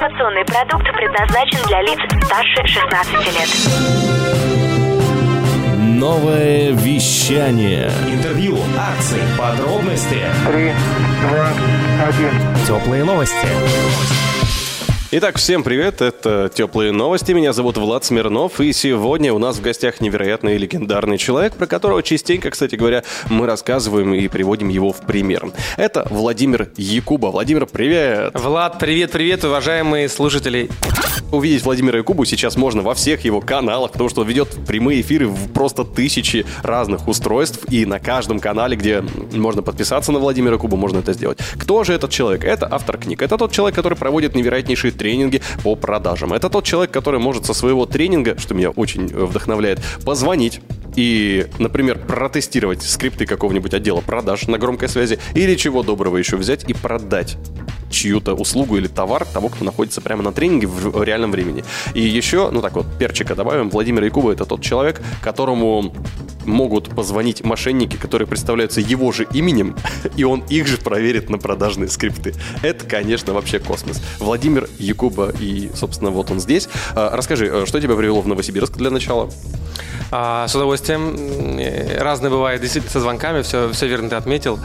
Информационный продукт предназначен для лиц старше 16 лет. Новое вещание. Интервью, акции, подробности. 3, 2, 1. Теплые новости. Итак, всем привет, это «Теплые новости», меня зовут Влад Смирнов, и сегодня у нас в гостях невероятный и легендарный человек, про которого частенько, кстати говоря, мы рассказываем и приводим его в пример. Это Владимир Якуба. Владимир, привет! Влад, привет, уважаемые слушатели. Увидеть Владимира Якубу сейчас можно во всех его каналах, потому что он ведет прямые эфиры в просто тысячи разных устройств, и на каждом канале, где можно подписаться на Владимира Якубу, можно это сделать. Кто же этот человек? Это автор книг. Это тот человек, который проводит невероятнейшие тренинги по продажам. Это тот человек, который может со своего тренинга, что меня очень вдохновляет, позвонить и, например, протестировать скрипты какого-нибудь отдела продаж на громкой связи или чего доброго еще взять и продать чью-то услугу или товар того, кто находится прямо на тренинге в реальном времени. И еще, перчика добавим, Владимир Якуба — это тот человек, которому могут позвонить мошенники, которые представляются его же именем, и он их же проверит на продажные скрипты. Это, конечно, вообще космос. Владимир Якуба, и, собственно, вот он здесь. Расскажи, что тебя привело в Новосибирск для начала? С удовольствием. Разное бывает, действительно, со звонками, все верно ты отметил.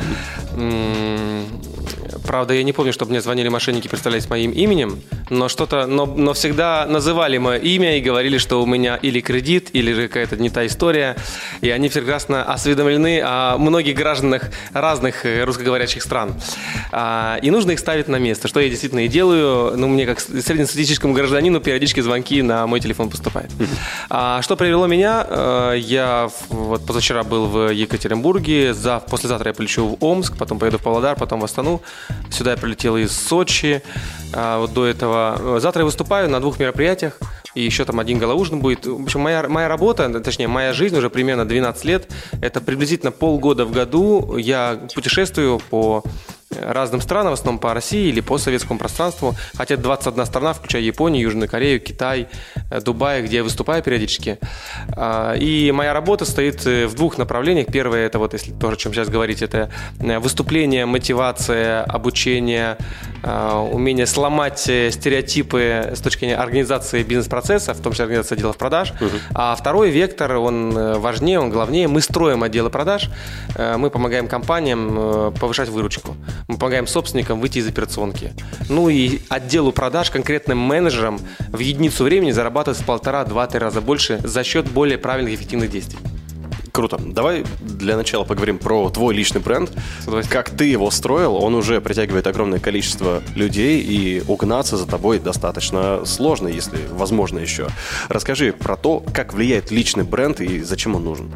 Правда, я не помню, чтобы мне звонили мошенники, представлялись моим именем, но всегда называли мое имя и говорили, что у меня или кредит, или же какая-то не та история. И они прекрасно осведомлены о многих гражданах разных русскоговорящих стран. И нужно их ставить на место, что я действительно и делаю. Мне, как среднестатистическому гражданину, периодически звонки на мой телефон поступают. Что привело меня? Я позавчера был в Екатеринбурге, послезавтра я полечу в Омск, потом поеду в Павлодар, потом в Астану. Сюда я прилетел из Сочи. До этого. Завтра я выступаю на 2 мероприятиях. И еще там 1 галаужин будет. В общем, моя работа, точнее, моя жизнь уже примерно 12 лет. Это приблизительно полгода в году я путешествую по разным странам, в основном по России или по советскому пространству. Хотя 21 страна, включая Японию, Южную Корею, Китай, Дубай, где я выступаю периодически. И моя работа стоит в 2 направлениях. Первое, это если то, о чем сейчас говорить, это выступление, мотивация, обучение, умение сломать стереотипы с точки зрения организации бизнес-процесса, в том числе организации отделов продаж. А второй вектор, он важнее, он главнее. Мы строим отделы продаж, мы помогаем компаниям повышать выручку. Мы помогаем собственникам выйти из операционки. И отделу продаж, конкретным менеджерам в единицу времени зарабатывать в 1,5-2-3 раза больше за счет более правильных и эффективных действий. Круто. Давай для начала поговорим про твой личный бренд. Как ты его строил, он уже притягивает огромное количество людей, и угнаться за тобой достаточно сложно, если возможно еще. Расскажи про то, как влияет личный бренд и зачем он нужен.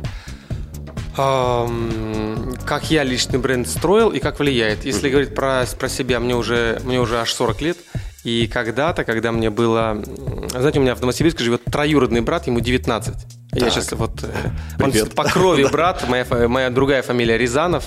Как я личный бренд строил и как влияет. Если говорить про себя, мне уже аж 40 лет. И когда-то, когда мне было... Знаете, у меня в Новосибирске живет троюродный брат, ему 19. Я сейчас он по крови брат, моя другая фамилия Рязанов,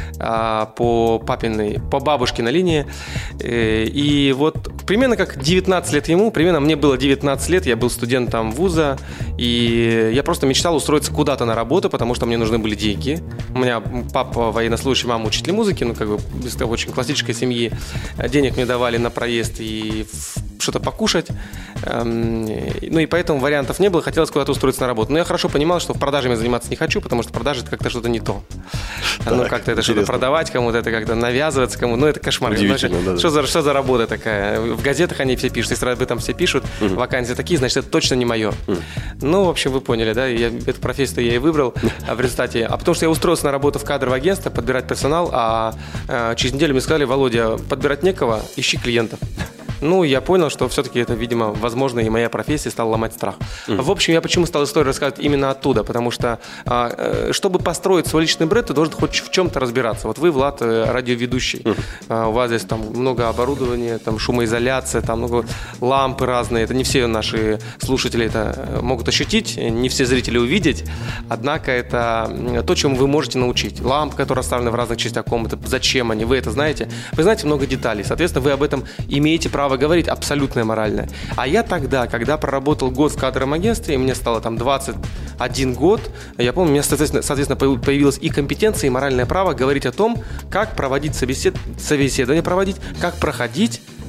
по бабушкиной линии. И примерно как 19 лет ему, примерно мне было 19 лет, я был студентом вуза, и я просто мечтал устроиться куда-то на работу, потому что мне нужны были деньги. У меня папа военнослужащий, мама учитель музыки, из очень классической семьи. Денег мне давали на проезд и что-то покушать. И поэтому вариантов не было, хотелось куда-то устроиться на работу. Но я хорошо понимал, что в продажами я заниматься не хочу, потому что продажи — это как-то что-то не то. Как-то это что-то продавать кому-то, это как-то навязываться кому-то. Это кошмар. Что за работа такая? В газетах они все пишут, если об этом все пишут, вакансии такие, значит, это точно не мое. В общем, вы поняли, да? Эту профессию я и выбрал в результате. Потому что я устроился на работу в кадровое агентство, подбирать персонал, а через неделю мне сказали: Володя, подбирать некого, ищи клиентов. Я понял, что все-таки это, видимо, возможно, и моя профессия стала ломать страх. В общем, я почему стал историю рассказывать именно оттуда? Потому что, чтобы построить свой личный бренд, ты должен хоть в чем-то разбираться. Вы, Влад, радиоведущий. У вас здесь много оборудования, шумоизоляция, много лампы разные. Это не все наши слушатели это могут ощутить, не все зрители увидеть. Однако это то, чему вы можете научить. Лампы, которые расставлены в разных частях комнаты, зачем они, вы это знаете. Вы знаете много деталей. Соответственно, вы об этом имеете право говорить, абсолютно моральное. А я тогда, когда проработал год в кадровом агентстве, и мне стало 21 год, я помню, у меня, соответственно, появилась и компетенция, и моральное право говорить о том, как проводить собеседование, как проходить,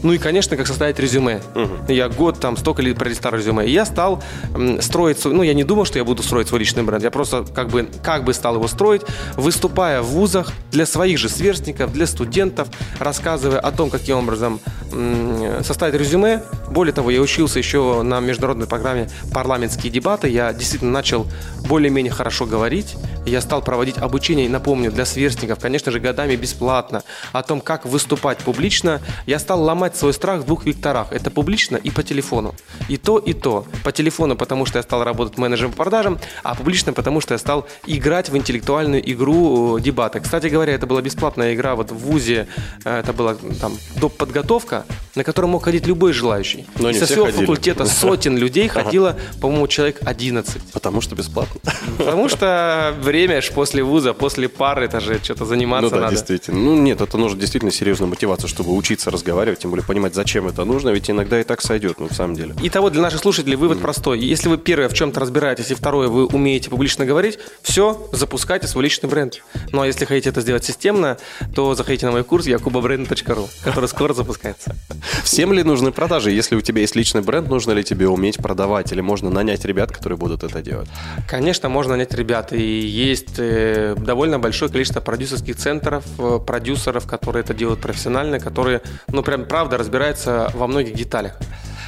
Ну и, конечно, как составить резюме. Я год там столько лет пролистал резюме. И я стал строить свой... Ну, я не думал, что я буду строить свой личный бренд. Я просто как бы стал его строить, выступая в вузах для своих же сверстников, для студентов, рассказывая о том, каким образом составить резюме. Более того, я учился еще на международной программе «Парламентские дебаты». Я действительно начал более-менее хорошо говорить. Я стал проводить обучение, напомню, для сверстников, конечно же, годами бесплатно, о том, как выступать публично. Я стал ломать свой страх в 2 векторах. Это публично и по телефону. И то, и то. По телефону, потому что я стал работать менеджером по продажам, а публично, потому что я стал играть в интеллектуальную игру дебаты. Кстати говоря, это была бесплатная игра вот в ВУЗе. Это была там доп. Подготовка, на которую мог ходить любой желающий. Но не со все всего ходили. Факультета сотен людей ходило, по-моему, человек 11. Потому что бесплатно. Потому что время ж после вуза, после пары, это же что-то заниматься Ну да, надо. действительно. Ну нет, это нужно действительно серьезную мотивацию, чтобы учиться разговаривать, тем более понимать, зачем это нужно, ведь иногда и так сойдет, ну, в самом деле. Итого, для наших слушателей вывод простой. Если вы первое в чем-то разбираетесь, и второе вы умеете публично говорить, все, запускайте свой личный бренд. Ну а если хотите это сделать системно, то заходите на мой курс yakubabrand.ru, который скоро запускается. Всем ли нужны продажи? Если у тебя есть личный бренд, нужно ли тебе уметь продавать? Или можно нанять ребят, которые будут это делать? Конечно, можно нанять ребят. И есть довольно большое количество продюсерских центров, продюсеров, которые это делают профессионально, которые, ну, прям правда разбираются во многих деталях.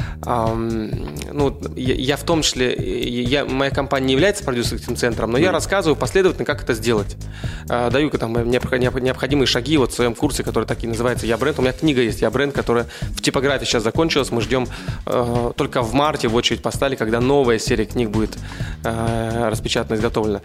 Ну, я в том числе, моя компания не является продюсерским центром, но я рассказываю последовательно, как это сделать. Даю там необходимые шаги вот в своем курсе, который так и называется «Я бренд». У меня книга есть «Я бренд», которая в типографии сейчас закончилась. Мы ждем только в марте в очередь поставили, когда новая серия книг будет распечатана, изготовлена.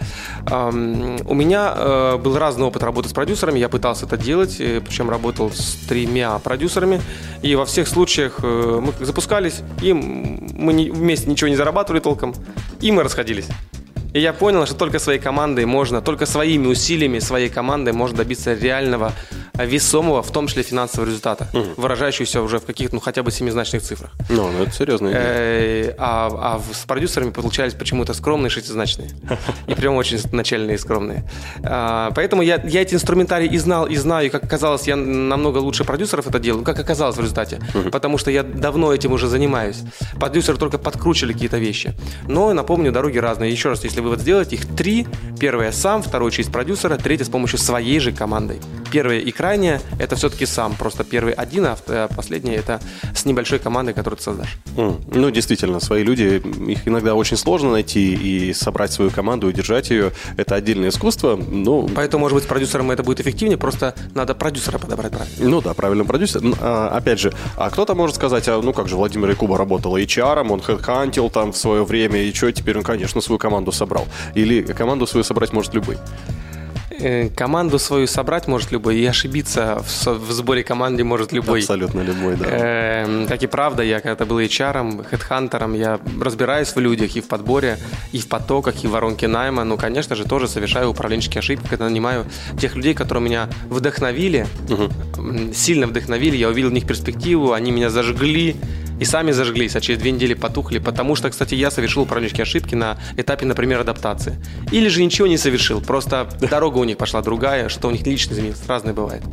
У меня был разный опыт работы с продюсерами. Я пытался это делать, причем работал с 3 продюсерами. И во всех случаях мы запускались, и мы вместе ничего не зарабатывали толком, и мы расходились. И я понял, что только своей командой можно, только своими усилиями, своей командой можно добиться реального, весомого, в том числе финансового результата, выражающегося уже в каких-то, ну, хотя бы 7-значных цифрах. Ну, это серьезная идея. А с продюсерами получались почему-то скромные 6-значные. И прям очень начальные и скромные. Поэтому я эти инструментарии и знал, и знаю. И, как оказалось, я намного лучше продюсеров это делаю. Как оказалось в результате. Потому что я давно этим уже занимаюсь. Продюсеры только подкручивали какие-то вещи. Но, напомню, дороги разные. Еще раз, если вывод сделать, их 3. Первое сам, второе через продюсера, третье с помощью своей же командой. Первое и крайнее – это все-таки сам. Просто первый один, а последнее – это с небольшой командой, которую ты создашь. Ну, действительно, свои люди, их иногда очень сложно найти, и собрать свою команду, удержать ее – это отдельное искусство. Но... Поэтому, может быть, с продюсером это будет эффективнее, просто надо продюсера подобрать правильно. Ну да, правильно, продюсер. Опять же, а кто-то может сказать, ну как же, Владимир Якуба работал HR-ом, он хедхантил там в свое время, и что, теперь он, конечно, свою команду собрал. Или команду свою собрать может любой? Команду свою собрать может любой, и ошибиться в сборе команды может любой. Абсолютно любой, да. Так и правда, я когда-то был HR-ом, хедхантером, я разбираюсь в людях и в подборе, и в потоках, и в воронке найма. Ну, конечно же, тоже совершаю управленческие ошибки, когда нанимаю тех людей, которые меня вдохновили, сильно вдохновили, я увидел в них перспективу, они меня зажгли, и сами зажглись, а через 2 недели потухли, потому что, кстати, я совершил управленческие ошибки на этапе, например, адаптации. Или же ничего не совершил, просто дорога у них пошла другая, что у них лично изменилось, разное бывает.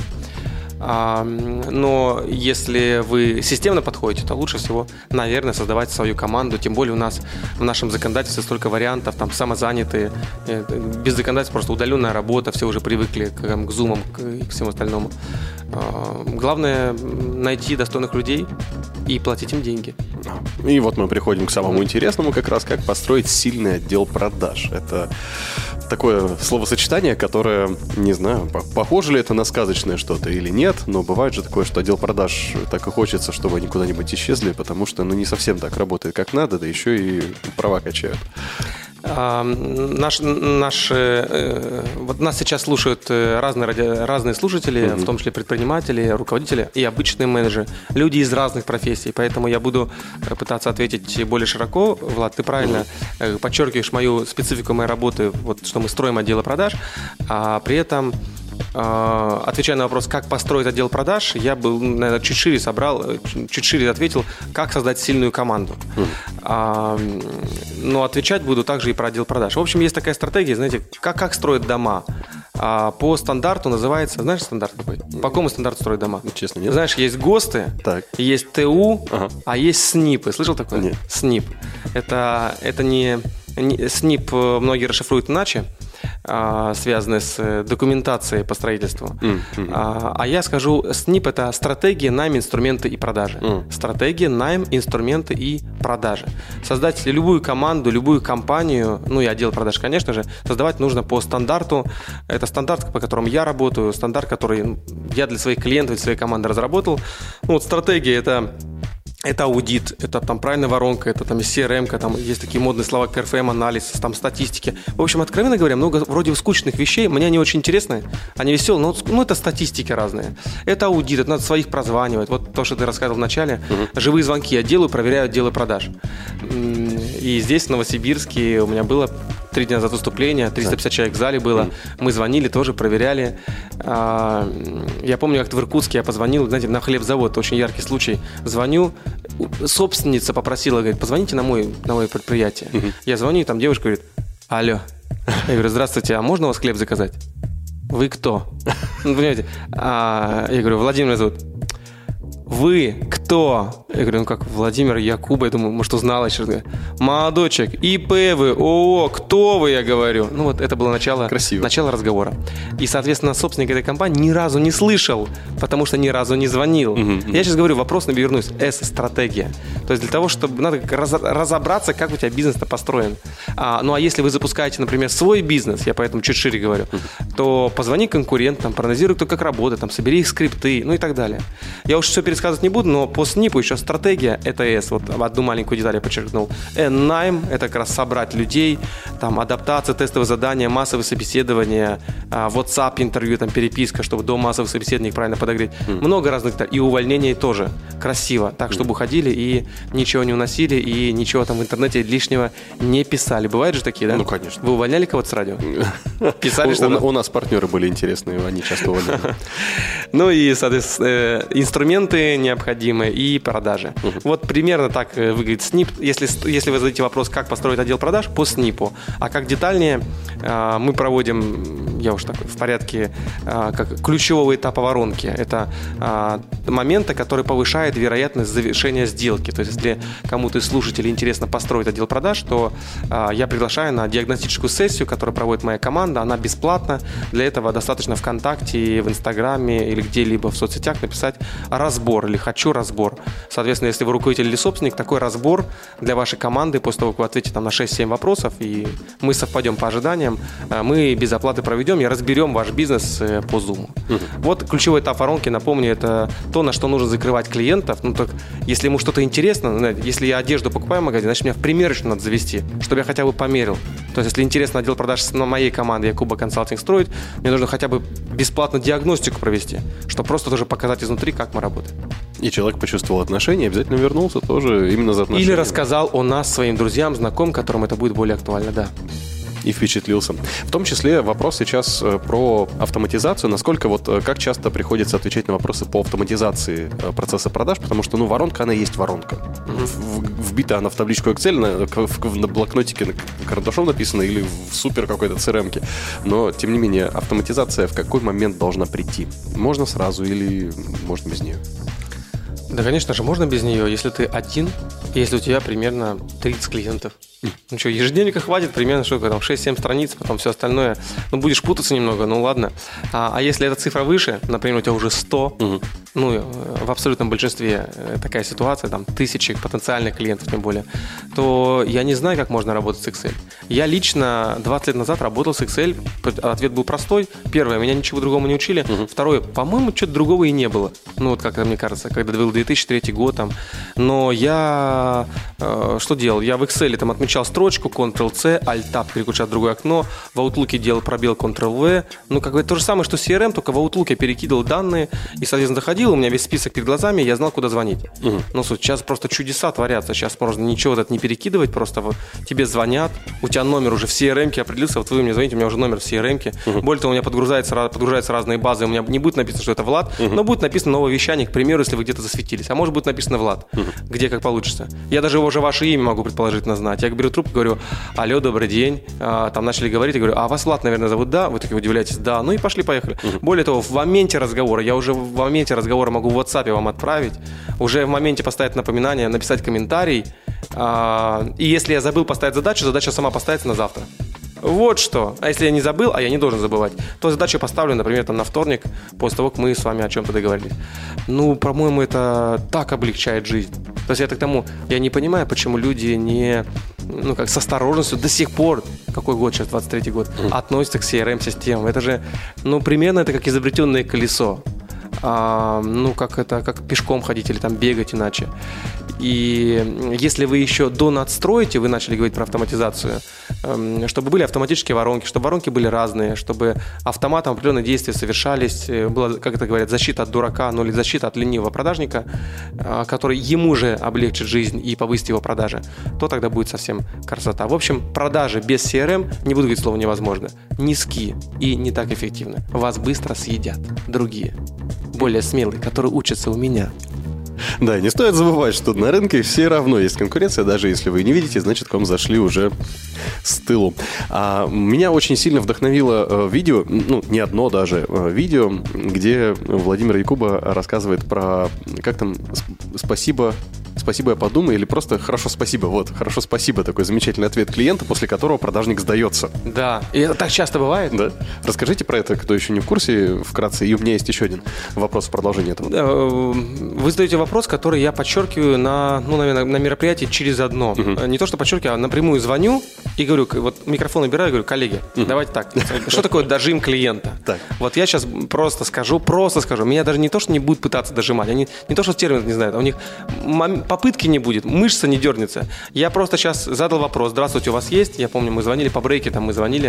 Но если вы системно подходите, то лучше всего, наверное, создавать свою команду. Тем более у нас в нашем законодательстве столько вариантов, там самозанятые, без законодательства просто удаленная работа, все уже привыкли к зумам и к всему остальному. Главное найти достойных людей и платить им деньги. И вот мы приходим к самому интересному, как раз как построить сильный отдел продаж. Это такое словосочетание, которое, не знаю, похоже ли это на сказочное что-то или нет, но бывает же такое, что отдел продаж так и хочется, чтобы они куда-нибудь исчезли, потому что, ну, не совсем так работает, как надо, да еще и права качают. Вот нас сейчас слушают разные слушатели, в том числе предприниматели, руководители и обычные менеджеры, люди из разных профессий, поэтому я буду пытаться ответить более широко. Влад, ты правильно подчеркиваешь мою специфику моей работы, вот, что мы строим отделы продаж, а при этом, отвечая на вопрос, как построить отдел продаж, я был, наверное, чуть шире ответил, как создать сильную команду. Но отвечать буду также и про отдел продаж. В общем, есть такая стратегия, знаете, как строят дома. по стандарту называется, знаешь стандарт какой? По какому стандарту строят дома? Честно, нет. Знаешь, есть ГОСТы, Так. есть ТУ, Ага. а есть СНИПы. Слышал такое? Нет. СНИП. Это не СНИП многие расшифруют иначе, связанные с документацией по строительству. А я скажу, СНИП – это стратегия, найм, инструменты и продажи. Стратегия, найм, инструменты и продажи. Создать любую команду, любую компанию, ну и отдел продаж, конечно же, создавать нужно по стандарту. Это стандарт, по которому я работаю, стандарт, который я для своих клиентов и своей команды разработал. Ну, вот стратегия – это аудит, это там правильная воронка, это там CRM-ка, там есть такие модные слова, как RFM-анализ, там статистики. В общем, откровенно говоря, много вроде скучных вещей, мне они очень интересны, они веселые, но это статистики разные. Это аудит, это надо своих прозванивать. Вот то, что ты рассказывал в начале, живые звонки я делаю, проверяю отделы продаж. И здесь, в Новосибирске, у меня было 3 дня назад выступление, 350 человек в зале было. Мы звонили, тоже проверяли. Я помню, как-то в Иркутске я позвонил, знаете, на хлебзавод, очень яркий случай. Звоню, собственница попросила, говорит, позвоните на мое предприятие. Я звоню, и там девушка говорит, алло. Я говорю, здравствуйте, а можно у вас хлеб заказать? Вы кто? Ну, понимаете, я говорю, Владимир зовут. Вы кто? Я говорю, ну как, Владимир Якуба. Я думаю, может, узнала еще. Молодочек, ИП вы, ООО, кто вы, я говорю. Ну вот это было начало разговора. И, соответственно, собственник этой компании ни разу не слышал, потому что ни разу не звонил. Я сейчас говорю, вопрос вернусь. С-стратегия. То есть для того, чтобы надо разобраться, как у тебя бизнес-то построен. Ну а если вы запускаете, например, свой бизнес, я поэтому чуть шире говорю, то позвони конкурентам, проанализируй, кто как работает, там, собери их скрипты, ну и так далее. Я уж все пересказывать не буду, но по СНИПу еще стратегия – это С. Вот одну маленькую деталь я подчеркнул. Найм – это как раз собрать людей, там, адаптация, тестовые задания, массовые собеседования, WhatsApp, интервью, там, переписка, чтобы до массовых собеседований их правильно подогреть. Много разных деталей. И увольнение тоже красиво, так, чтобы уходили и ничего не уносили, и ничего там в интернете лишнего не писали. Бывают же такие, да? Ну, конечно. Вы увольняли кого-то с радио? Писали что-то? У нас партнеры были интересные, они часто увольняли. Ну и, соответственно, инструменты необходимые и продажи. Вот примерно так выглядит СНИП. Если вы задаете вопрос, как построить отдел продаж, по СНИПу. А как детальнее, мы проводим, я уж так в порядке, как ключевого этапа воронки. Это моменты, которые повышают вероятность завершения сделки. То есть, если кому-то из слушателей интересно построить отдел продаж, то я приглашаю на диагностическую сессию, которую проводит моя команда. Она бесплатна. Для этого достаточно ВКонтакте, в Инстаграме или где-либо в соцсетях написать разбор или хочу разбор. Соответственно, если вы руководитель или собственник, такой разбор для вашей команды, после того, как вы ответите там на 6-7 вопросов, и мы совпадем по ожиданиям, мы без оплаты проведем и разберем ваш бизнес по Zoom. Вот ключевой этап воронки, напомню, это то, на что нужно закрывать клиентов. Ну, так, если ему что-то интересно, знаете, если я одежду покупаю в магазине, значит, меня в примерочную надо завести, чтобы я хотя бы померил. То есть, если интересно отдел продаж на моей команде Якуба Консалтинг строить, мне нужно хотя бы бесплатно диагностику провести, чтобы просто тоже показать изнутри, как мы работаем. И человек почувствовал отношения, обязательно вернулся тоже именно за отношения. Или рассказал о нас своим друзьям, знакомым, которым это будет более актуально, да. И впечатлился. В том числе вопрос сейчас про автоматизацию. Насколько как часто приходится отвечать на вопросы по автоматизации процесса продаж, потому что, воронка, она есть воронка. Вбита она в табличку Excel, на блокнотике карандашом написано или в супер какой-то CRM-ке. Но, тем не менее, автоматизация в какой момент должна прийти? Можно сразу или можно без нее? Да, конечно же, можно без нее, если ты один, если у тебя примерно 30 клиентов. Ну что, ежедневника хватит примерно, что там 6-7 страниц, потом все остальное. Будешь путаться немного, ладно. А если эта цифра выше, например, у тебя уже 100, в абсолютном большинстве такая ситуация, там тысячи потенциальных клиентов тем более, то я не знаю, как можно работать с Excel. Я лично 20 лет назад работал с Excel, ответ был простой. Первое, меня ничего другому не учили. Второе, по-моему, что-то другого и не было. Как мне кажется, когда был 2003 год там. Но я что делал? Я в Excel там отмечал строчку, Ctrl-C, Alt-Tab, переключать в другое окно. В Outlook делал пробел Ctrl-V. То же самое, что CRM, только в Outlook я перекидывал данные и, соответственно, заходил, у меня весь список перед глазами, я знал, куда звонить. Сейчас просто чудеса творятся. Сейчас можно ничего не перекидывать, просто тебе звонят, у тебя номер уже в CRM-ке определился, вы мне звоните, у меня уже номер в CRM-ке. Более того, у меня подгружаются разные базы, у меня не будет написано, что это Влад, но будет написано новое вещание, к примеру, если вы где-то засветились. А может быть написано Влад. где как получится. Я даже уже ваше имя могу предположительно знать. Я беру трубку, говорю: алло, добрый день. Там начали говорить, я говорю: а вас Влад, наверное, зовут? Да. Вы такие удивляетесь: да. Ну и пошли-поехали. Более того, в моменте разговора, я уже в моменте разговора могу в WhatsApp вам отправить, уже в моменте поставить напоминание, написать комментарий. И если я забыл поставить задачу, задача сама поставится на завтра. Вот что. А если я не забыл, а я не должен забывать, то задачу я поставлю, например, там, на вторник, после того, как мы с вами о чем-то договорились. Ну, по-моему, это так облегчает жизнь. То есть я к тому, я не понимаю, почему люди не, ну, как с осторожностью до сих пор, какой год сейчас, 23-й год, относятся к CRM-системам. Это же, ну, примерно это как изобретенное колесо. Ну, как пешком ходить или там бегать иначе. И если вы еще донадстроите, вы начали говорить про автоматизацию, чтобы были автоматические воронки, чтобы воронки были разные, чтобы автоматом определенные действия совершались, была, как это говорят, защита от дурака, ну или защита от ленивого продажника, который ему же облегчит жизнь и повысит его продажи, то тогда будет совсем красота. В общем, продажи без CRM, не буду говорить слово невозможно, низки и не так эффективны. Вас быстро съедят другие, более смелые, которые учатся у меня. Да, не стоит забывать, что на рынке все равно есть конкуренция, даже если вы не видите, значит, к вам зашли уже с тылу. Меня очень сильно вдохновило видео, ну, не одно даже видео, где Владимир Якуба рассказывает про, как там, спасибо, я подумаю, или просто хорошо, спасибо. Вот, хорошо, спасибо, такой замечательный ответ клиента, после которого продажник сдается. Да, и это так часто бывает. Да. Расскажите про это, кто еще не в курсе, вкратце. И у меня есть еще один вопрос в продолжение этого. Вы задаете вопрос, который я подчеркиваю наверное, на мероприятии через одно. Не то, что подчеркиваю, а напрямую звоню и говорю, вот микрофон набираю и говорю: коллеги, давайте так. Что такое дожим клиента? Так. Вот я сейчас просто скажу. Меня даже не то, что не будут пытаться дожимать, они не то, что термин не знают, а у них попытки не будет, мышца не дернется. Я просто сейчас задал вопрос: здравствуйте, у вас есть? Я помню, мы звонили по брекетам,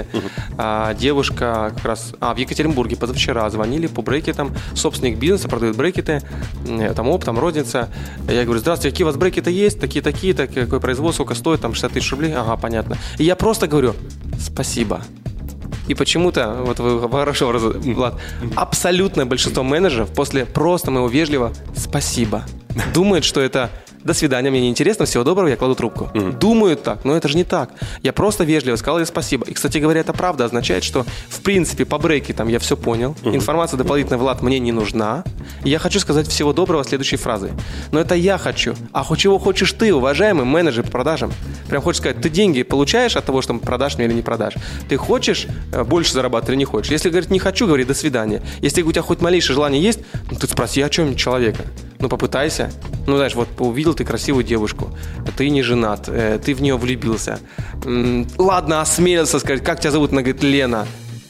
девушка как раз в Екатеринбурге позавчера звонили по брекетам, собственник бизнеса, продает брекеты, там опт, там розница. Я говорю: здравствуйте, какие у вас брекеты есть? Такие, какое производство, сколько стоит? Там 60 тысяч рублей. Ага, понятно. И я просто говорю: спасибо. И почему-то, вот вы хорошо, Влад, абсолютное большинство менеджеров после просто моего вежливого «спасибо» думают, что это «до свидания, мне неинтересно, всего доброго, я кладу трубку». Думают так, но это же не так. Я просто вежливо сказал ей спасибо. И, кстати говоря, это правда означает, что, в принципе, по брейке я все понял. Информация дополнительная, Влад, мне не нужна. И я хочу сказать всего доброго следующей фразой. Но это я хочу. А чего хочешь ты, уважаемый менеджер по продажам? Прям хочешь сказать: ты деньги получаешь от того, что продашь мне или не продашь? Ты хочешь больше зарабатывать или не хочешь? Если говорит: не хочу, говори «до свидания». Если у тебя хоть малейшее желание есть, ты спроси о чем человека. Попытайся. Знаешь, вот увидел ты красивую девушку, ты не женат, ты в нее влюбился. Ладно, осмелился сказать: как тебя зовут? Она говорит: Лена.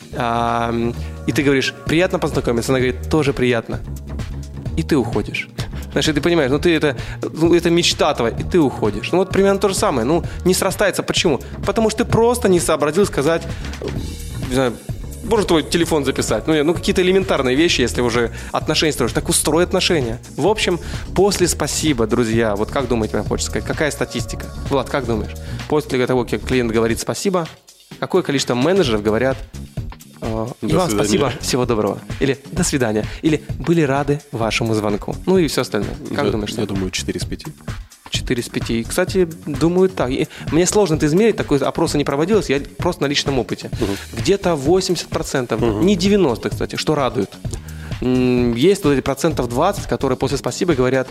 И ты говоришь: приятно познакомиться. Она говорит: тоже приятно. И ты уходишь. Знаешь, и ты понимаешь, это мечта твоя, и ты уходишь. Вот примерно то же самое. Не срастается. Почему? Потому что ты просто не сообразил сказать, не знаю, можно твой телефон записать. Какие-то элементарные вещи, если уже отношения строишь. Так устрой отношения. В общем, после спасибо, друзья. Вот как думаете, мне хочется сказать, какая статистика? Влад, как думаешь? После того, как клиент говорит спасибо, какое количество менеджеров говорят: Иван, спасибо, всего доброго. Или до свидания. Или были рады вашему звонку. И все остальное. Как думаешь? Я думаю, 4 из 5. 4 из 5. И, кстати, думаю так. И мне сложно это измерить, такой опроса не проводилось, я просто на личном опыте. Где-то 80%, не 90%, кстати, что радует. Есть вот эти 20%, которые после спасибо говорят: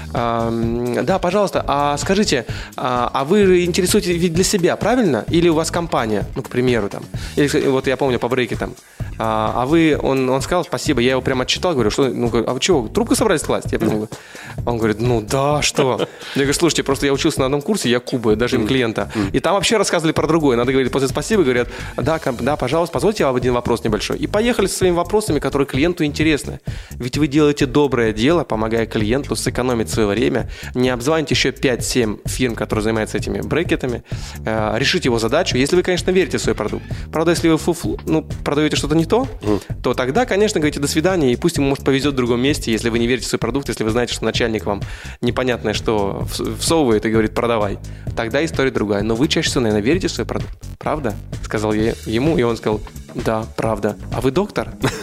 да, пожалуйста, а скажите, а вы интересуетесь ведь для себя, правильно? Или у вас компания, к примеру, там. Или, вот я помню по брейке там. Он сказал спасибо, я его прямо отчитал, говорю: что, а вы чего, трубку собрались класть? Я помню. Он говорит: да, что? Я говорю: слушайте, просто я учился на одном курсе, Якуба, даже им клиента, и там вообще рассказывали про другое. Надо говорить после спасибо, говорят: да, пожалуйста, позвольте вам один вопрос небольшой. И поехали со своими вопросами, которые клиенту интересны. Ведь вы делаете доброе дело, помогая клиенту сэкономить свое время, не обзвоните еще 5-7 фирм, которые занимаются этими брекетами, решите его задачу, если вы, конечно, верите в свой продукт. Правда, если вы продаете что-то не то, то тогда, конечно, говорите «до свидания», и пусть ему, может, повезет в другом месте, если вы не верите в свой продукт, если вы знаете, что начальник вам непонятное что всовывает и говорит «продавай», тогда история другая. Но вы чаще всего, наверное, верите в свой продукт. Правда? Сказал я ему, и он сказал: да, правда. А вы доктор?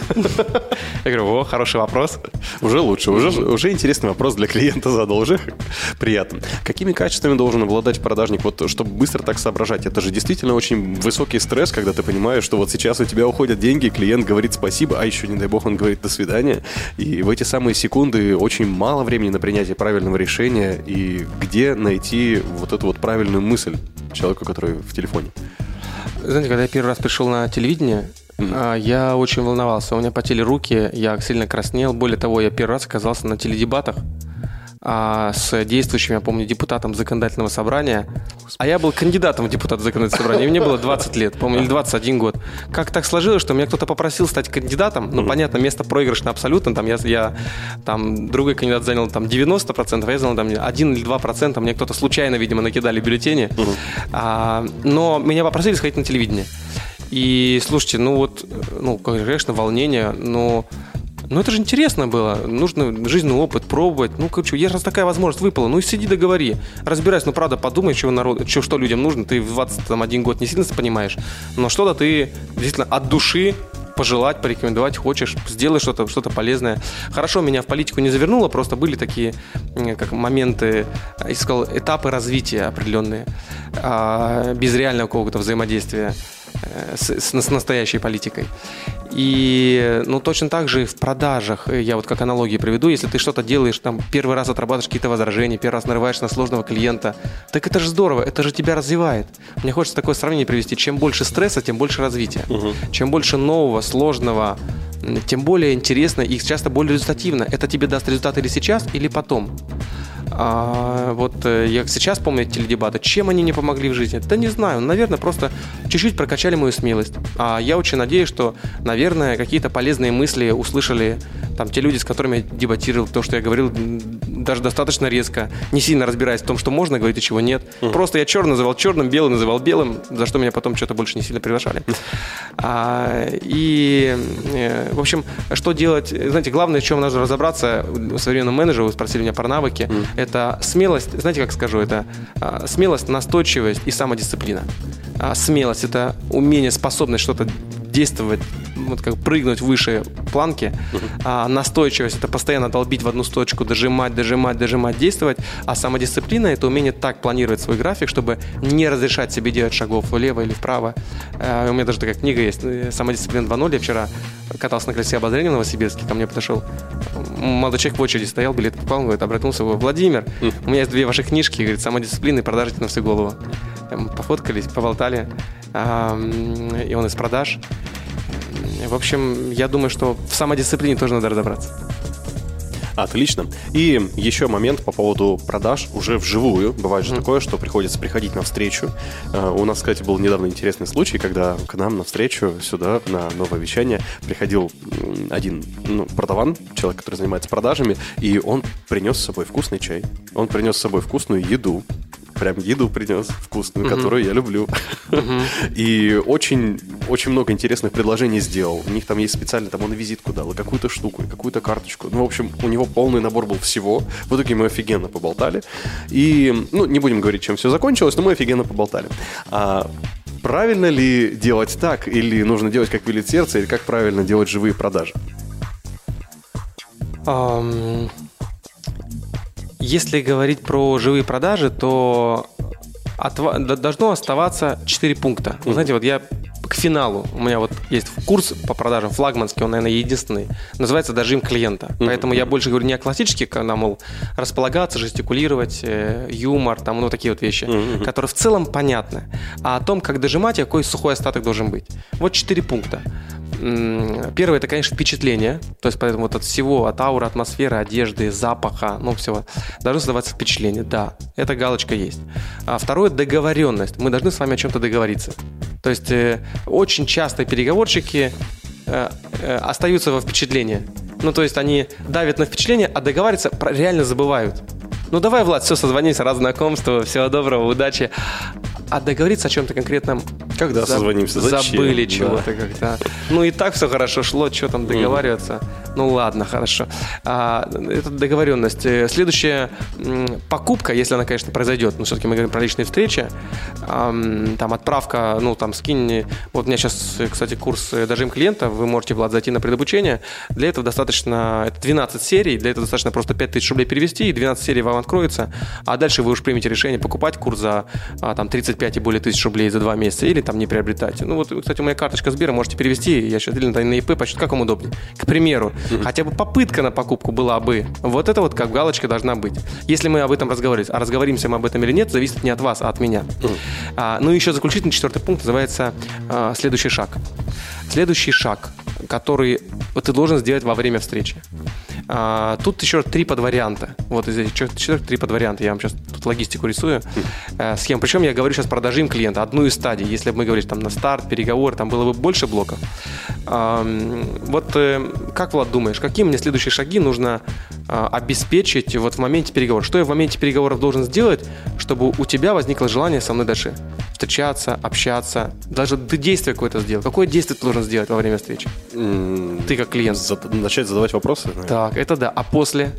Я говорю, хороший вопрос. Уже лучше, уже интересный вопрос для клиента задал, уже приятно. Какими качествами должен обладать продажник, вот, чтобы быстро так соображать? Это же действительно очень высокий стресс, когда ты понимаешь, что вот сейчас у тебя уходят деньги, клиент говорит спасибо, а еще, не дай бог, он говорит до свидания. И в эти самые секунды очень мало времени на принятие правильного решения. И где найти вот эту вот правильную мысль человеку, который в телефоне? Знаете, когда я первый раз пришел на телевидение, я очень волновался. У меня потели руки, я сильно краснел. Более того, я первый раз оказался на теледебатах с действующим, я помню, депутатом законодательного собрания. А я был кандидатом в депутата законодательного собрания, и мне было 20 лет, помню, или 21 год. Как так сложилось, что меня кто-то попросил стать кандидатом? Ну, понятно, место проигрышно абсолютно. Там я другой кандидат занял там 90%, а я занял там 1 или 2%. Мне кто-то случайно, видимо, накидали бюллетени. Но меня попросили сходить на телевидение. И, слушайте, конечно, волнение, но это же интересно было. Нужно жизненный опыт пробовать. Если раз такая возможность выпала, и сиди да говори. Разбирайся, правда, подумай, что людям нужно. Ты в 21 год не сильно понимаешь, но что-то ты действительно от души пожелать, порекомендовать хочешь, сделай что-то полезное. Хорошо, меня в политику не завернуло, просто были такие как моменты, я сказал, этапы развития определенные, без реального какого-то взаимодействия с настоящей политикой. И точно так же и в продажах, я вот как аналогии приведу, если ты что-то делаешь, там первый раз отрабатываешь какие-то возражения, первый раз нарываешься на сложного клиента, так это же здорово, это же тебя развивает. Мне хочется такое сравнение привести: чем больше стресса, тем больше развития. Чем больше нового, сложного, тем более интересно и часто более результативно. Это тебе даст результат или сейчас, или потом. Я сейчас помню эти теледебаты. Чем они не помогли в жизни? Да не знаю. Наверное, просто чуть-чуть прокачали мою смелость. Я очень надеюсь, что, наверное, какие-то полезные мысли услышали там те люди, с которыми я дебатировал, то, что я говорил даже достаточно резко, не сильно разбираясь в том, что можно говорить и чего нет. Просто я черный называл черным, белый называл белым, за что меня потом что-то больше не сильно приглашали. В общем, что делать? Знаете, главное, в чем нужно разобраться современному менеджеру, вы спросили меня про навыки, это смелость, знаете, как скажу, это смелость, настойчивость и самодисциплина. Смелость – это умение, способность что-то действовать, прыгнуть выше планки. Настойчивость – это постоянно долбить в одну точку, дожимать, действовать. А самодисциплина – это умение так планировать свой график, чтобы не разрешать себе делать шагов влево или вправо. У меня даже такая книга есть «Самодисциплина 2.0». Я вчера катался на колесе обозрения в Новосибирске, ко мне подошел молодой человек в очереди, стоял, билет покупал, говорит, обратился, Владимир, у меня есть 2 ваши книжки, говорит, «Самодисциплина» и «Продажи на всю голову». Пофоткались, поболтали, и он из продаж. В общем, я думаю, что в самодисциплине тоже надо разобраться. Отлично. И еще момент по поводу продаж уже вживую. Бывает же такое, что приходится приходить на встречу. У нас, кстати, был недавно интересный случай, когда к нам на встречу сюда, на новое вещание, приходил один продаван, человек, который занимается продажами, и он принес с собой вкусный чай. Он принес с собой вкусную еду. Прям еду принес вкусную, которую я люблю. И очень, очень много интересных предложений сделал. У них там есть специально, там он визитку дал, и какую-то штуку, и какую-то карточку. В общем, у него полный набор был всего. В итоге мы офигенно поболтали. И, не будем говорить, чем все закончилось, но мы офигенно поболтали. Правильно ли делать так? Или нужно делать, как велит сердце? Или как правильно делать живые продажи? Если говорить про живые продажи, то должно оставаться 4 пункта. Вы знаете, я к финалу, у меня есть курс по продажам флагманский, он, наверное, единственный, называется «Дожим клиента». Поэтому я больше говорю не о классических, когда, располагаться, жестикулировать, юмор, такие вещи, которые в целом понятны, а о том, как дожимать и какой сухой остаток должен быть. 4 пункта. Первое – это, конечно, впечатление. То есть, поэтому от всего, от ауры, атмосферы, одежды, запаха, всего, должно создаваться впечатление. Да, эта галочка есть. Второе – договоренность. Мы должны с вами о чем-то договориться. То есть, очень часто переговорщики остаются во впечатлении. То есть, они давят на впечатление, а договариваться реально забывают. Давай, Влад, все, созвонимся, рад знакомству, всего доброго, удачи. А договориться о чем-то конкретном... Когда созвонимся? Зачем? Забыли чего-то как-то. И так все хорошо шло, что там договариваться. Ну ладно, хорошо. Это договоренность. Следующая покупка, если она, конечно, произойдет, но все-таки мы говорим про личные встречи, там отправка, ну там скинь, вот у меня сейчас, кстати, курс дожим клиента, вы можете, Влад, зайти на предобучение, для этого достаточно, это 12 серий, для этого достаточно просто 5000 рублей перевести, и 12 серий вам откроется, а дальше вы уж примете решение покупать курс за там 35 и более тысяч рублей за 2 месяца, или там не приобретать. Ну вот, кстати, у меня карточка Сбера, можете перевести, я сейчас или на ИП, как вам удобнее. К примеру, хотя бы попытка на покупку была бы, вот это вот как галочка должна быть. Если мы об этом разговариваем, а разговоримся мы об этом или нет, зависит не от вас, а от меня. Ну и еще заключительный 4-й пункт называется следующий шаг. Следующий шаг, который ты должен сделать во время встречи. Тут еще 3 подварианта. Вот из этих 4 3 подварианта. Я вам сейчас тут логистику рисую. Схему. Причем я говорю сейчас про дожим клиента. Одну из стадий. Если бы мы говорили там на старт, переговоры, там было бы больше блоков. Вот как, Влад, думаешь, какие мне следующие шаги нужно обеспечить вот в моменте переговоров? Что я в моменте переговоров должен сделать, чтобы у тебя возникло желание со мной дальше встречаться, общаться? Даже ты действие какое-то сделал. Какое действие ты должен сделать во время встречи? Ты как клиент. Начать задавать вопросы? Наверное. Так, это да. А после?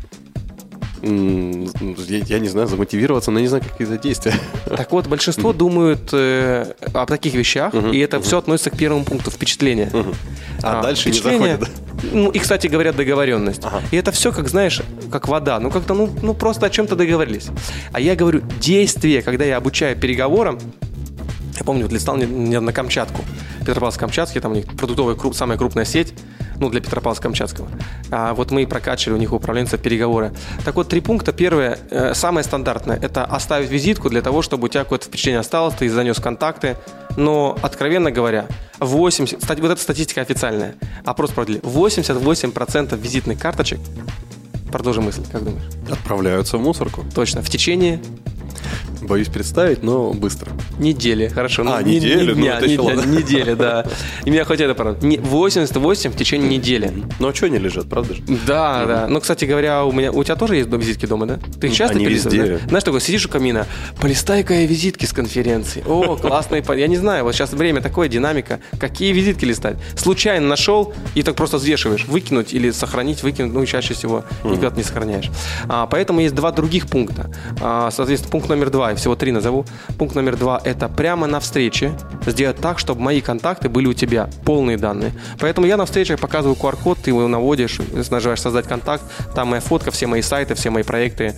Я не знаю, замотивироваться, но не знаю, какие это действия. Так вот, большинство думают о таких вещах, и это все относится к первому пункту — впечатление. А дальше не заходит, да? Ну, и, кстати, говорят договоренность. И это все, как, знаешь, как вода. Ну, как-то, ну просто о чем-то договорились. А я говорю, действие, когда я обучаю переговорам, я помню, вот листал на Камчатку, Петропавловск-Камчатский, там у них продуктовая самая крупная сеть, ну, для Петропавловска-Камчатского. Вот мы и прокачивали у них управленцев переговоры. Так вот, 3 пункта. Первое, самое стандартное, это оставить визитку для того, чтобы у тебя какое-то впечатление осталось, ты занес контакты. Но, откровенно говоря, вот эта статистика официальная, опрос проводили, 88% визитных карточек, продолжи мысль, как думаешь? Отправляются в мусорку. Точно, в течение... Боюсь представить, но быстро. Недели, хорошо. Недели? Недели, да. И меня хоть это правда. 88 в течение недели. Ну, а что они лежат, правда же? Да, да. Ну, кстати говоря, у тебя тоже есть визитки дома, да? Ты их часто перелистываешь? Да? Знаешь, такой сидишь у камина, полистай-ка я визитки с конференции. О, классные. Я не знаю, вот сейчас время такое, динамика. Какие визитки листать? Случайно нашел и так просто взвешиваешь. Выкинуть или сохранить, выкинуть, ну, чаще всего никогда не сохраняешь. Поэтому есть 2 других пункта. Соответственно, пункт номер 2, и всего 3 назову. Пункт номер 2 – это прямо на встрече сделать так, чтобы мои контакты были у тебя, полные данные. Поэтому я на встречах показываю QR-код, ты его наводишь, нажимаешь «Создать контакт», там моя фотка, все мои сайты, все мои проекты,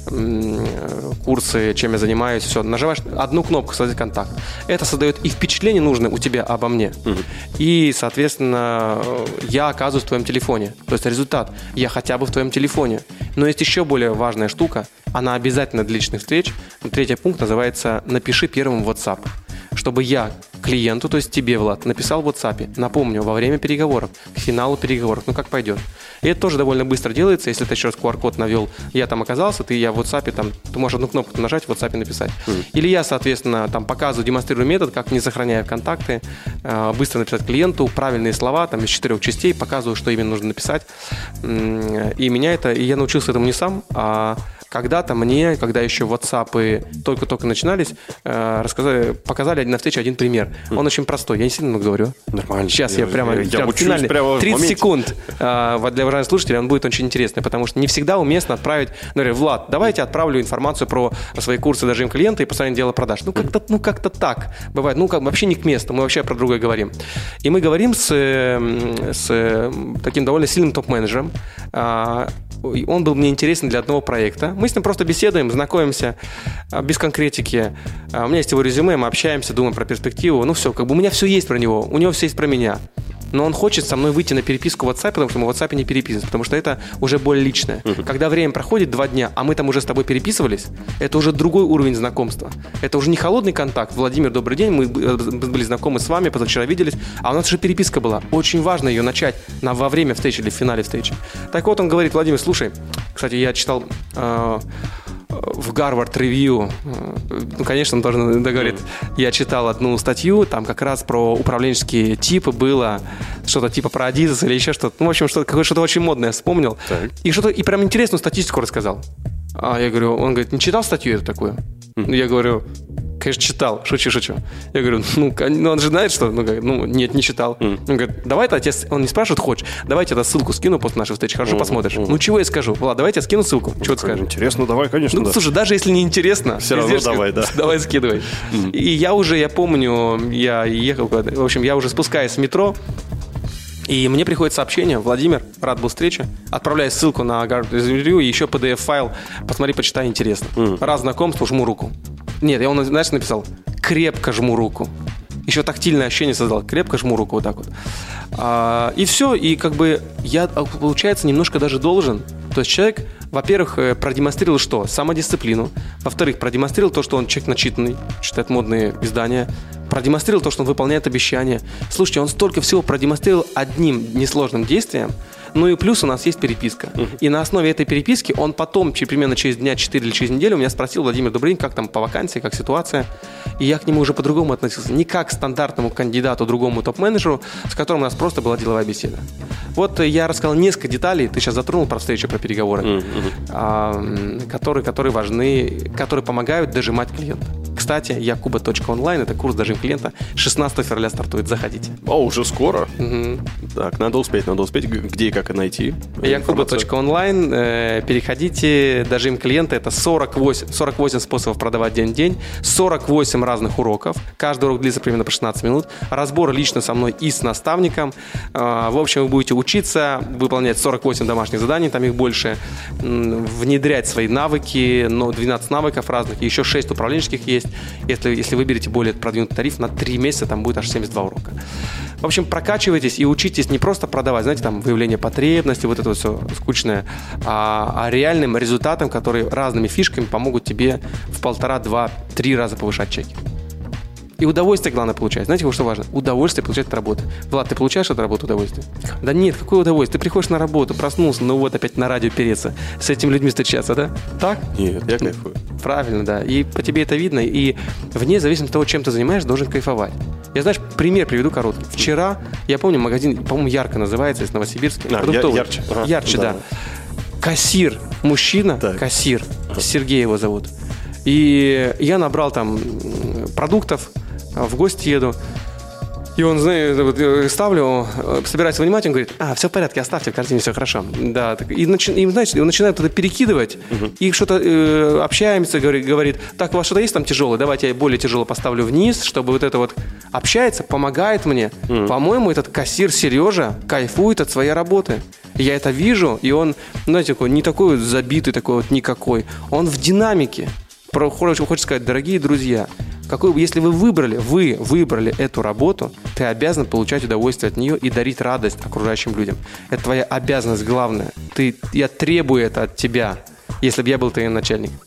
курсы, чем я занимаюсь, все. Нажимаешь одну кнопку «Создать контакт». Это создает и впечатление нужное у тебя обо мне. И, соответственно, я оказываюсь в твоем телефоне. То есть результат – я хотя бы в твоем телефоне. Но есть еще более важная штука, она обязательно для личных встреч. 3-й пункт называется «Напиши первым в WhatsApp». Чтобы я клиенту, то есть тебе, Влад, написал в WhatsApp, напомню, во время переговоров, к финалу переговоров, ну как пойдет. И это тоже довольно быстро делается, если ты еще раз QR-код навел, я там оказался, я в WhatsApp, там, ты можешь одну кнопку нажать, в WhatsApp написать. Или я, соответственно, там показываю, демонстрирую метод, как не сохраняя контакты, быстро написать клиенту правильные слова, там из 4 частей, показываю, что именно нужно написать. И меня это, и я научился этому не сам, а когда-то мне, когда еще WhatsApp только-только начинались, показали на встрече один пример. Он очень простой. Я не сильно много говорю. Нормально. Сейчас я прямо финальный. 30 секунд для уважаемых слушателей, он будет очень интересный, потому что не всегда уместно отправить, например, Влад, давайте отправлю информацию про свои курсы дожим клиента и постоянное дело продаж. Ну, как-то так бывает. Ну, как вообще не к месту. Мы вообще про другое говорим. И мы говорим с таким довольно сильным топ-менеджером. Он был мне интересен для одного проекта. Мы с ним просто беседуем, знакомимся без конкретики. У меня есть его резюме, мы общаемся, думаем про перспективу. Ну все, как бы у меня все есть про него, у него все есть про меня. Но он хочет со мной выйти на переписку в WhatsApp, потому что мы в WhatsApp не переписываемся, потому что это уже более личное. Когда время проходит 2 дня, а мы там уже с тобой переписывались, это уже другой уровень знакомства. Это уже не холодный контакт. Владимир, добрый день, мы были знакомы с вами, позавчера виделись, а у нас уже переписка была. Очень важно ее начать во время встречи или в финале встречи. Так вот, он говорит: Владимир, слушай, кстати, я читал в Гарвард Ревью, ну, конечно, он тоже говорит, я читал одну статью, там как раз про управленческие типы было, что-то типа про Adidas или еще что-то, ну, в общем, что-то очень модное вспомнил, и прям интересную статистику рассказал. Я говорю, он говорит, не читал статью эту такую? Я говорю, Конечно, читал. Шучу. Я говорю, он же знает, что... Нет, не читал. Он говорит, давай, он не спрашивает, хочешь, давайте я ссылку скину после нашей встречи, хорошо посмотришь. Чего я скажу? Влад, давайте я скину ссылку. Чего ты скажешь? Интересно, давай, конечно, да. Слушай, даже если не интересно... Все равно давай, да. Давай, скидывай. И я помню, я ехал куда-то, в общем, я уже спускаюсь в метро, и мне приходит сообщение: Владимир, рад был встрече, отправляю ссылку на Гарвард-ревью и еще PDF-файл, посмотри, почитай, интересно. Раз знакомство, жму руку. Нет, он, знаешь, написал: крепко жму руку. Еще тактильное ощущение создал. Крепко жму руку вот так вот. И все, и как бы я, получается, немножко даже должен. То есть человек, во-первых, продемонстрировал что? Самодисциплину. Во-вторых, продемонстрировал то, что он человек начитанный, читает модные издания. Продемонстрировал то, что он выполняет обещания. Слушайте, он столько всего продемонстрировал одним несложным действием. Ну и плюс у нас есть переписка. И на основе этой переписки он потом, примерно через дня 4 или через неделю, у меня спросил: Владимир, добрый день, как там по вакансии, как ситуация? И я к нему уже по-другому относился. Не как к стандартному кандидату, другому топ-менеджеру, с которым у нас просто была деловая беседа. Вот я рассказал несколько деталей, ты сейчас затронул про встречу, про переговоры, которые важны, которые помогают дожимать клиента. Кстати, yakuba.online, это курс «Дожим клиента», 16 февраля стартует, заходите. Уже скоро? Так, надо успеть. Где и как найти? yakuba.online, переходите, «Дожим клиента» — это 48 способов продавать день-в-день, 48 разных уроков, каждый урок длится примерно по 16 минут, разбор лично со мной и с наставником. В общем, вы будете учиться выполнять 48 домашних заданий, там их больше, внедрять свои навыки, 12 навыков разных, еще 6 управленческих есть. Если выберете более продвинутый тариф, на 3 месяца там будет аж 72 урока. В общем, прокачивайтесь и учитесь не просто продавать, знаете, там, выявление потребностей, вот это вот все скучное, а реальным результатом, которые разными фишками помогут тебе в 1,5, 2, 3 раза повышать чеки. И удовольствие, главное, получать. Знаете, что важно? Удовольствие получать от работы. Влад, ты получаешь от работы удовольствие? Да нет, какое удовольствие? Ты приходишь на работу, проснулся, опять на радио переться, с этими людьми встречаться, да? Так? Нет, я кайфую. Правильно, да. И по тебе это видно. И вне зависимости от того, чем ты занимаешься, должен кайфовать. Я, знаешь, пример приведу короткий. Вчера, я помню, магазин, по-моему, «Ярко» называется, из Новосибирска. Ярче. Ярче, да. Кассир, мужчина, так. Кассир, Сергей его зовут. И я набрал там продуктов, в гости еду. И он, знаете, ставлю, собирается вынимать, он говорит: все в порядке, оставьте в корзине, все хорошо. Да, и знаете, он начинает это перекидывать, и что-то общаемся, говорит: так, у вас что-то есть там тяжелое? Давайте я более тяжело поставлю вниз, чтобы вот это вот общается, помогает мне. По-моему, этот кассир Сережа кайфует от своей работы. Я это вижу, и он, знаете, не такой вот забитый, такой вот никакой. Он в динамике. Хочется сказать: дорогие друзья, если вы выбрали эту работу, ты обязан получать удовольствие от нее и дарить радость окружающим людям. Это твоя обязанность главная. Я требую это от тебя, если бы я был твоим начальником.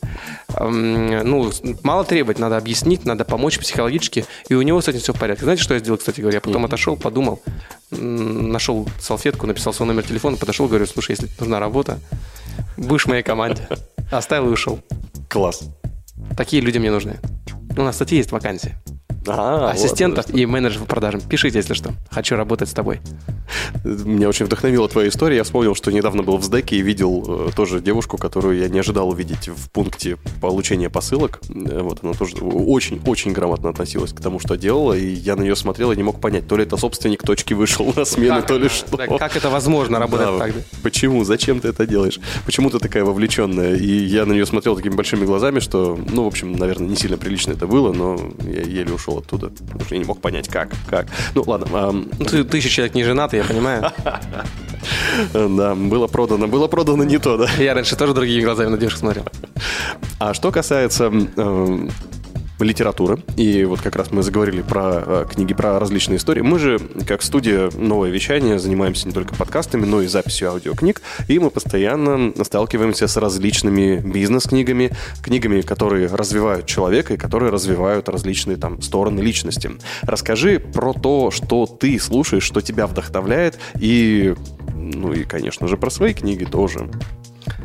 Мало требовать, надо объяснить, надо помочь психологически, и у него с этим все в порядке. Знаете, что я сделал, кстати говоря? Я потом отошел, подумал, нашел салфетку, написал свой номер телефона, подошел, говорю: слушай, если нужна работа, будешь в моей команде. Оставил и ушел. Класс. Такие люди мне нужны. У нас, кстати, есть вакансии. Ассистентов и менеджеров по продажам. Пишите, если что. Хочу работать с тобой. Меня очень вдохновила твоя история. Я вспомнил, что недавно был в СДЭКе и видел тоже девушку, которую я не ожидал увидеть в пункте получения посылок. Вот, она тоже очень грамотно относилась к тому, что делала, и я на нее смотрел и не мог понять, то ли это собственник точки вышел на смену, то ли что. Как это возможно работать так? Почему? Зачем ты это делаешь? Почему ты такая вовлеченная? И я на нее смотрел такими большими глазами, что, в общем, наверное, не сильно прилично это было, но я еле ушел оттуда, потому что я не мог понять, как. Ладно. Ты еще человек не женатый, я понимаю. Да, было продано не то, да. Я раньше тоже другими глазами на девушек смотрел. А что касается литературы, и вот как раз мы заговорили про книги, про различные истории. Мы же, как студия «Новое вещание», занимаемся не только подкастами, но и записью аудиокниг, и мы постоянно сталкиваемся с различными бизнес-книгами, книгами, которые развивают человека и которые развивают различные там стороны личности. Расскажи про то, что ты слушаешь, что тебя вдохновляет, и, конечно же, про свои книги тоже.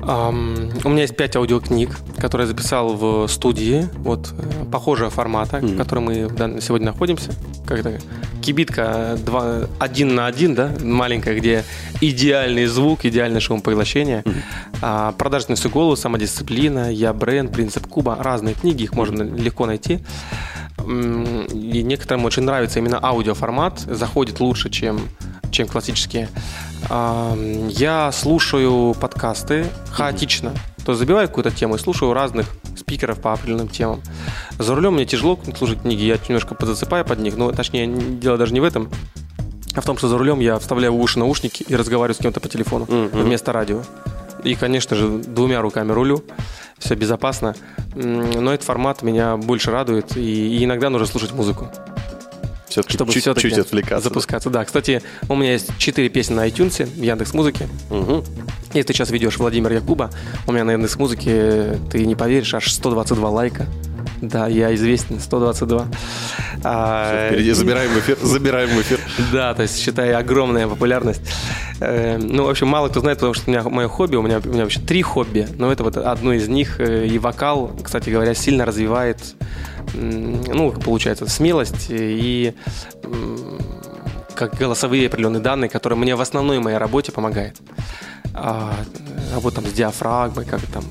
У меня есть 5 аудиокниг, которые я записал в студии, вот похожего формата, в котором мы сегодня находимся. Как-то кибитка 1 на 1, да, маленькая, где идеальный звук, идеальное шумопоглощение. Продажность голос, самодисциплина, я бренд, принцип куба. Разные книги, их можно легко найти. И некоторым очень нравится именно аудиоформат, заходит лучше, чем классические. Я слушаю подкасты хаотично. То есть забиваю какую-то тему и слушаю разных спикеров по определенным темам. За рулем мне тяжело слушать книги, я немножко подзасыпаю под них, но точнее дело даже не в этом, а в том, что за рулем я вставляю в уши наушники и разговариваю с кем-то по телефону вместо радио. И, конечно же, 2 руками рулю. Все безопасно. Но этот формат меня больше радует. И иногда нужно слушать музыку. Чтобы чуть-чуть отвлекаться. Запускаться. Да, кстати, у меня есть 4 песни на iTunes, в Яндекс.Музыке. Если ты сейчас ведешь Владимир Якуба, у меня на Яндекс.Музыке, ты не поверишь, аж 122 лайка. Да, я известен, 122. Впереди забираем в эфир. Да, то есть, считай, огромная популярность. Ну, в общем, мало кто знает, потому что у меня мое хобби, у меня вообще 3 хобби, но это вот одно из них. И вокал, кстати говоря, сильно развивает, ну, получается, смелость и как голосовые определенные данные, которые мне в основной моей работе помогают. Работа там с диафрагмой, как там...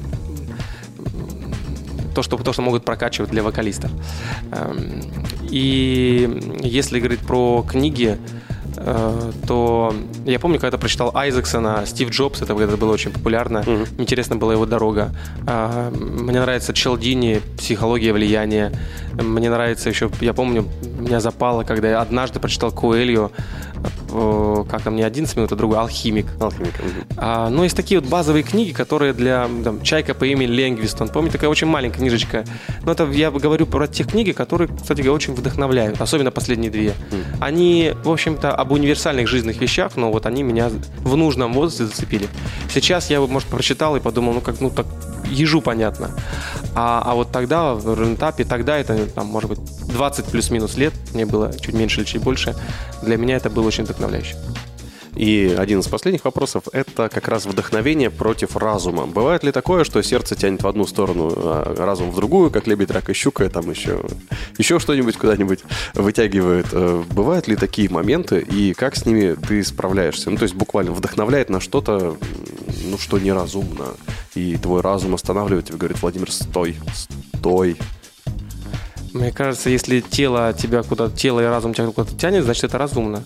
То, что могут прокачивать для вокалистов. И если говорить про книги, то я помню, когда прочитал Айзексона, Стив Джобс, это было очень популярно, интересна была его дорога. Мне нравится Чалдини, «Психология влияния». Мне нравится еще, я помню, меня запало, когда я однажды прочитал Коэльо, как там, не 11 минут, а другой, «Алхимик». Но есть такие вот базовые книги, которые для «Чайка по имени Ленгвистон». Помните, такая очень маленькая книжечка. Но это я говорю про те книги, которые, кстати говоря, очень вдохновляют, особенно последние 2. Они, в общем-то, об универсальных жизненных вещах, но вот они меня в нужном возрасте зацепили. Сейчас я, может, прочитал и подумал, так ежу понятно. А вот тогда, в рентапе, тогда это, там, может быть, 20 плюс-минус лет, мне было чуть меньше или чуть больше, для меня это было очень вдохновляюще. И один из последних вопросов – это как раз вдохновение против разума. Бывает ли такое, что сердце тянет в одну сторону, а разум в другую, как лебедь, рак и щука, там еще что-нибудь куда-нибудь вытягивает? Бывают ли такие моменты, и как с ними ты справляешься? Ну, то есть буквально вдохновляет на что-то, ну, что неразумно, и твой разум останавливает тебя, говорит: Владимир, стой. Мне кажется, если тело и разум тебя куда-то тянет, значит, это разумно.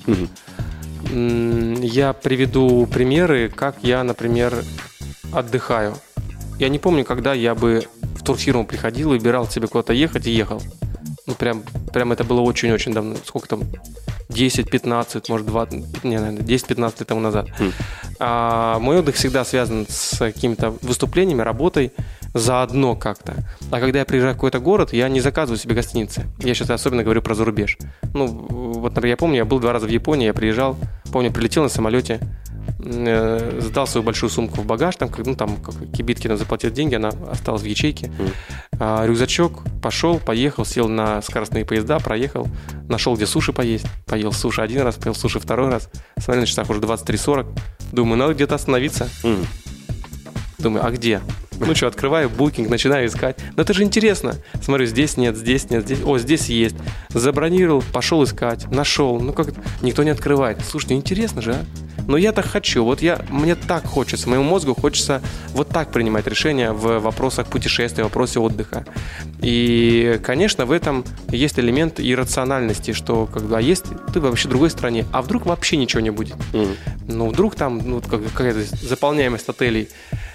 Я приведу примеры, как я, например, отдыхаю. Я не помню, когда я бы в турфирму приходил, выбирал себе куда-то ехать и ехал. Ну, прям это было очень-очень давно. Сколько там? 10-15, может, 10-15 лет тому назад. Мой отдых всегда связан с какими-то выступлениями, работой, заодно как-то. А когда я приезжаю в какой-то город, я не заказываю себе гостиницы. Я сейчас особенно говорю про зарубеж. Ну, вот, например, я помню, я был 2 раза в Японии, я приезжал, помню, прилетел на самолете, сдал свою большую сумку в багаж, там Кибиткина заплатил деньги, она осталась в ячейке. Рюкзачок, поехал, сел на скоростные поезда, проехал, нашел, где суши поесть, поел суши 1 раз, поел суши 2 раз, смотрю, на часах уже 23:40, думаю, надо где-то остановиться. Думаю, а где? Ну что, открываю букинг, начинаю искать. Но это же интересно. Смотрю, здесь нет. О, здесь есть. Забронировал, пошел искать, нашел. Ну как, никто не открывает. Слушай, ну интересно же, а? Но я так хочу. Мне так хочется. Моему мозгу хочется вот так принимать решения в вопросах путешествия, в вопросе отдыха. И, конечно, в этом есть элемент иррациональности, что а есть ты вообще в другой стране, а вдруг вообще ничего не будет. Ну, вдруг там какая-то заполняемость отелей.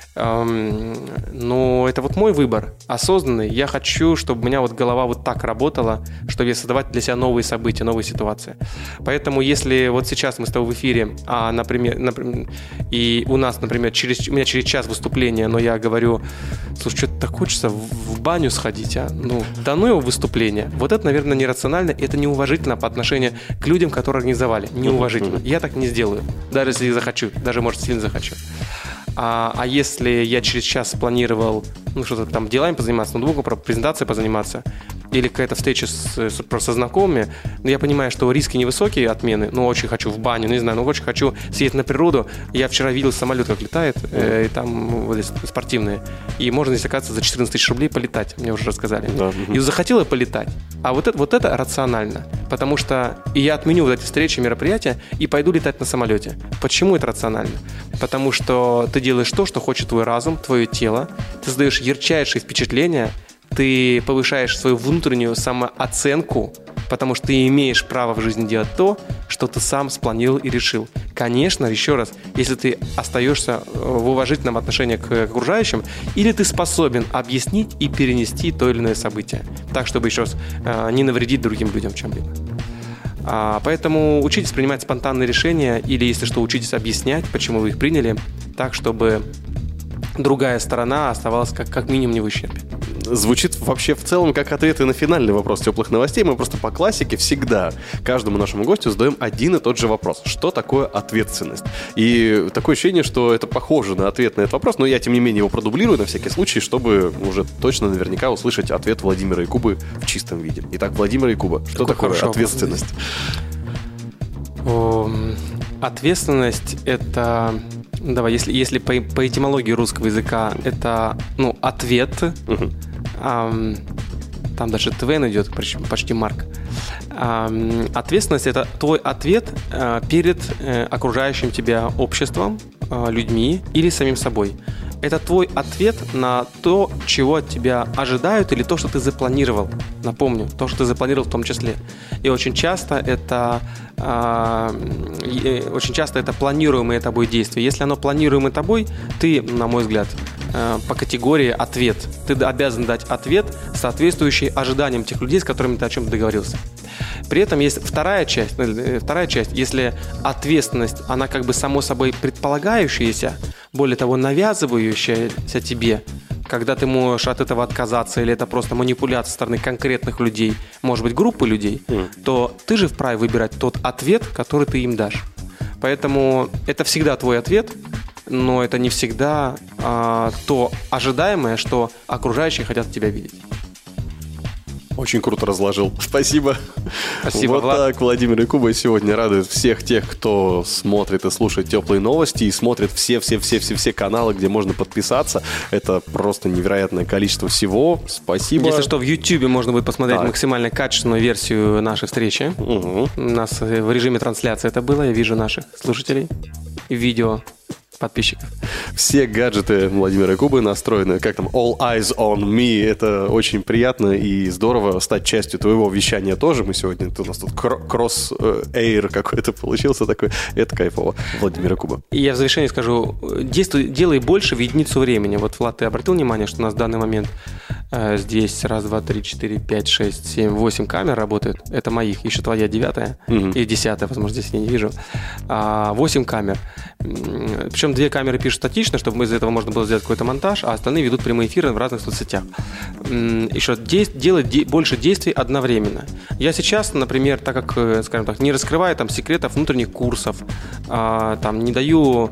Но это вот мой выбор, осознанный. Я хочу, чтобы у меня вот голова вот так работала, чтобы создавать для себя новые события, новые ситуации. Поэтому если вот сейчас мы с тобой в эфире, например, и у нас, например, у меня через час выступление, но я говорю: слушай, что-то так хочется в баню сходить, а? Ну, да ну его выступление. Вот это, наверное, нерационально, это неуважительно по отношению к людям, которые организовали. Неуважительно. Я так не сделаю, даже если захочу, даже, может, сильно захочу. А если я через час спланировал что-то там делами позаниматься, ноутбуком, презентацией позаниматься, или какая-то встреча просто со знакомыми, но я понимаю, что риски невысокие отмены, очень хочу в баню, не знаю, очень хочу съездить на природу. Я вчера видел самолет, как летает, и там вот здесь спортивные, и можно здесь, оказывается, за 14 тысяч рублей полетать, мне уже рассказали. Да. И захотел я полетать. А вот это рационально, потому что и я отменю вот эти встречи, мероприятия и пойду летать на самолете. Почему это рационально? Потому что ты делаешь то, что хочет твой разум, твое тело, ты создаешь ярчайшие впечатления, ты повышаешь свою внутреннюю самооценку, потому что ты имеешь право в жизни делать то, что ты сам спланировал и решил. Конечно, еще раз, если ты остаешься в уважительном отношении к окружающим, или ты способен объяснить и перенести то или иное событие, так, чтобы еще раз не навредить другим людям чем-либо. Поэтому учитесь принимать спонтанные решения, или, если что, учитесь объяснять, почему вы их приняли, так, чтобы другая сторона оставалась как минимум не в ущербе. Звучит вообще в целом как ответы на финальный вопрос теплых новостей. Мы просто по классике всегда каждому нашему гостю задаем один и тот же вопрос. Что такое ответственность? И такое ощущение, что это похоже на ответ на этот вопрос, но я, тем не менее, его продублирую на всякий случай, чтобы уже точно наверняка услышать ответ Владимира Якубы в чистом виде. Итак, Владимир Якуба, что такое ответственность? Ответственность – это... Давай, если по этимологии русского языка это, ответ, там даже ТВН идет, почти марк. Ответственность – это твой ответ перед окружающим тебя обществом, людьми или самим собой. Это твой ответ на то, чего от тебя ожидают, или то, что ты запланировал. Напомню, то, что ты запланировал в том числе. И очень часто это планируемое тобой действие. Если оно планируемое тобой, ты, на мой взгляд, по категории ответ. Ты обязан дать ответ, соответствующий ожиданиям тех людей, с которыми ты о чем-то договорился. При этом есть вторая часть, если ответственность, она как бы само собой предполагающаяся, более того, навязывающаяся тебе, когда ты можешь от этого отказаться, или это просто манипуляция со стороны конкретных людей, может быть, группы людей, то ты же вправе выбирать тот ответ, который ты им дашь. Поэтому это всегда твой ответ, но это не всегда то ожидаемое, что окружающие хотят от тебя видеть. Очень круто разложил. Спасибо. Спасибо, вот Влад. так Владимир Якуба сегодня радует всех тех, кто смотрит и слушает теплые новости и смотрит все каналы, где можно подписаться. Это просто невероятное количество всего. Спасибо. Если что, в YouTube можно будет посмотреть максимально качественную версию нашей встречи. У нас в режиме трансляции это было. Я вижу наших слушателей и видео подписчиков. Все гаджеты Владимира Якубы настроены, All Eyes on Me. Это очень приятно и здорово стать частью твоего вещания тоже. Мы сегодня, у нас тут кросс-эйр какой-то получился такой. Это кайфово. Владимир Якуба. И я в завершении скажу, делай больше в единицу времени. Вот, Влад, ты обратил внимание, что у нас в данный момент здесь 1, 2, 3, 4, 5, 6, 7, 8 камер работают. Это моих. Еще твоя 9-я и 10-я, возможно, здесь я не вижу. 8 камер. Причем 2 камеры пишут статично, чтобы из этого можно было сделать какой-то монтаж, а остальные ведут прямые эфиры в разных соцсетях. Еще делать больше действий одновременно. Я сейчас, например, так как, скажем так, не раскрываю там секретов внутренних курсов, там не даю,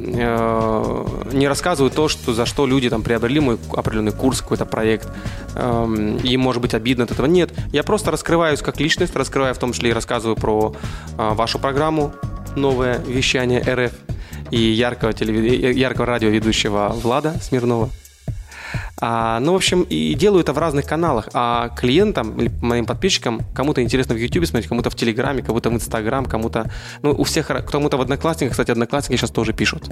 не рассказываю то, за что люди там приобрели мой определенный курс, какой-то проект, им может быть обидно от этого. Нет, я просто раскрываюсь как личность, раскрываю в том числе и рассказываю про вашу программу «Новое вещание РФ» и яркого радиоведущего Влада Смирнова. В общем, и делаю это в разных каналах. А клиентам, или моим подписчикам, кому-то интересно в YouTube смотреть, кому-то в Телеграме, кому-то в Инстаграм, кому-то... у всех, кому-то в Одноклассниках. Кстати, Одноклассники сейчас тоже пишут.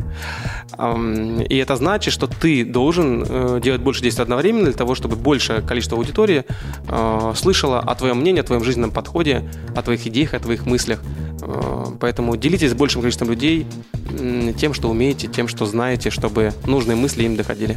И это значит, что ты должен делать больше действий одновременно для того, чтобы большее количество аудитории слышало о твоем мнении, о твоем жизненном подходе, о твоих идеях, о твоих мыслях. Поэтому делитесь с большим количеством людей тем, что умеете, тем, что знаете, чтобы нужные мысли им доходили.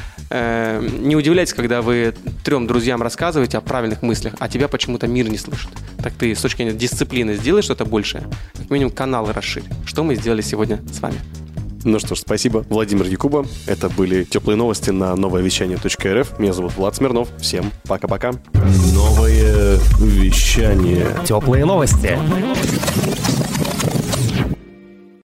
Не удивляйтесь, когда вы 3 друзьям рассказываете о правильных мыслях, а тебя почему-то мир не слышит. Так ты с точки зрения дисциплины сделай что-то большее, как минимум каналы расширь. Что мы сделали сегодня с вами. Ну что ж, спасибо, Владимир Якуба. Это были теплые новости на нововещание.рф. Меня зовут Влад Смирнов. Всем пока-пока. Новое вещание. Теплые новости.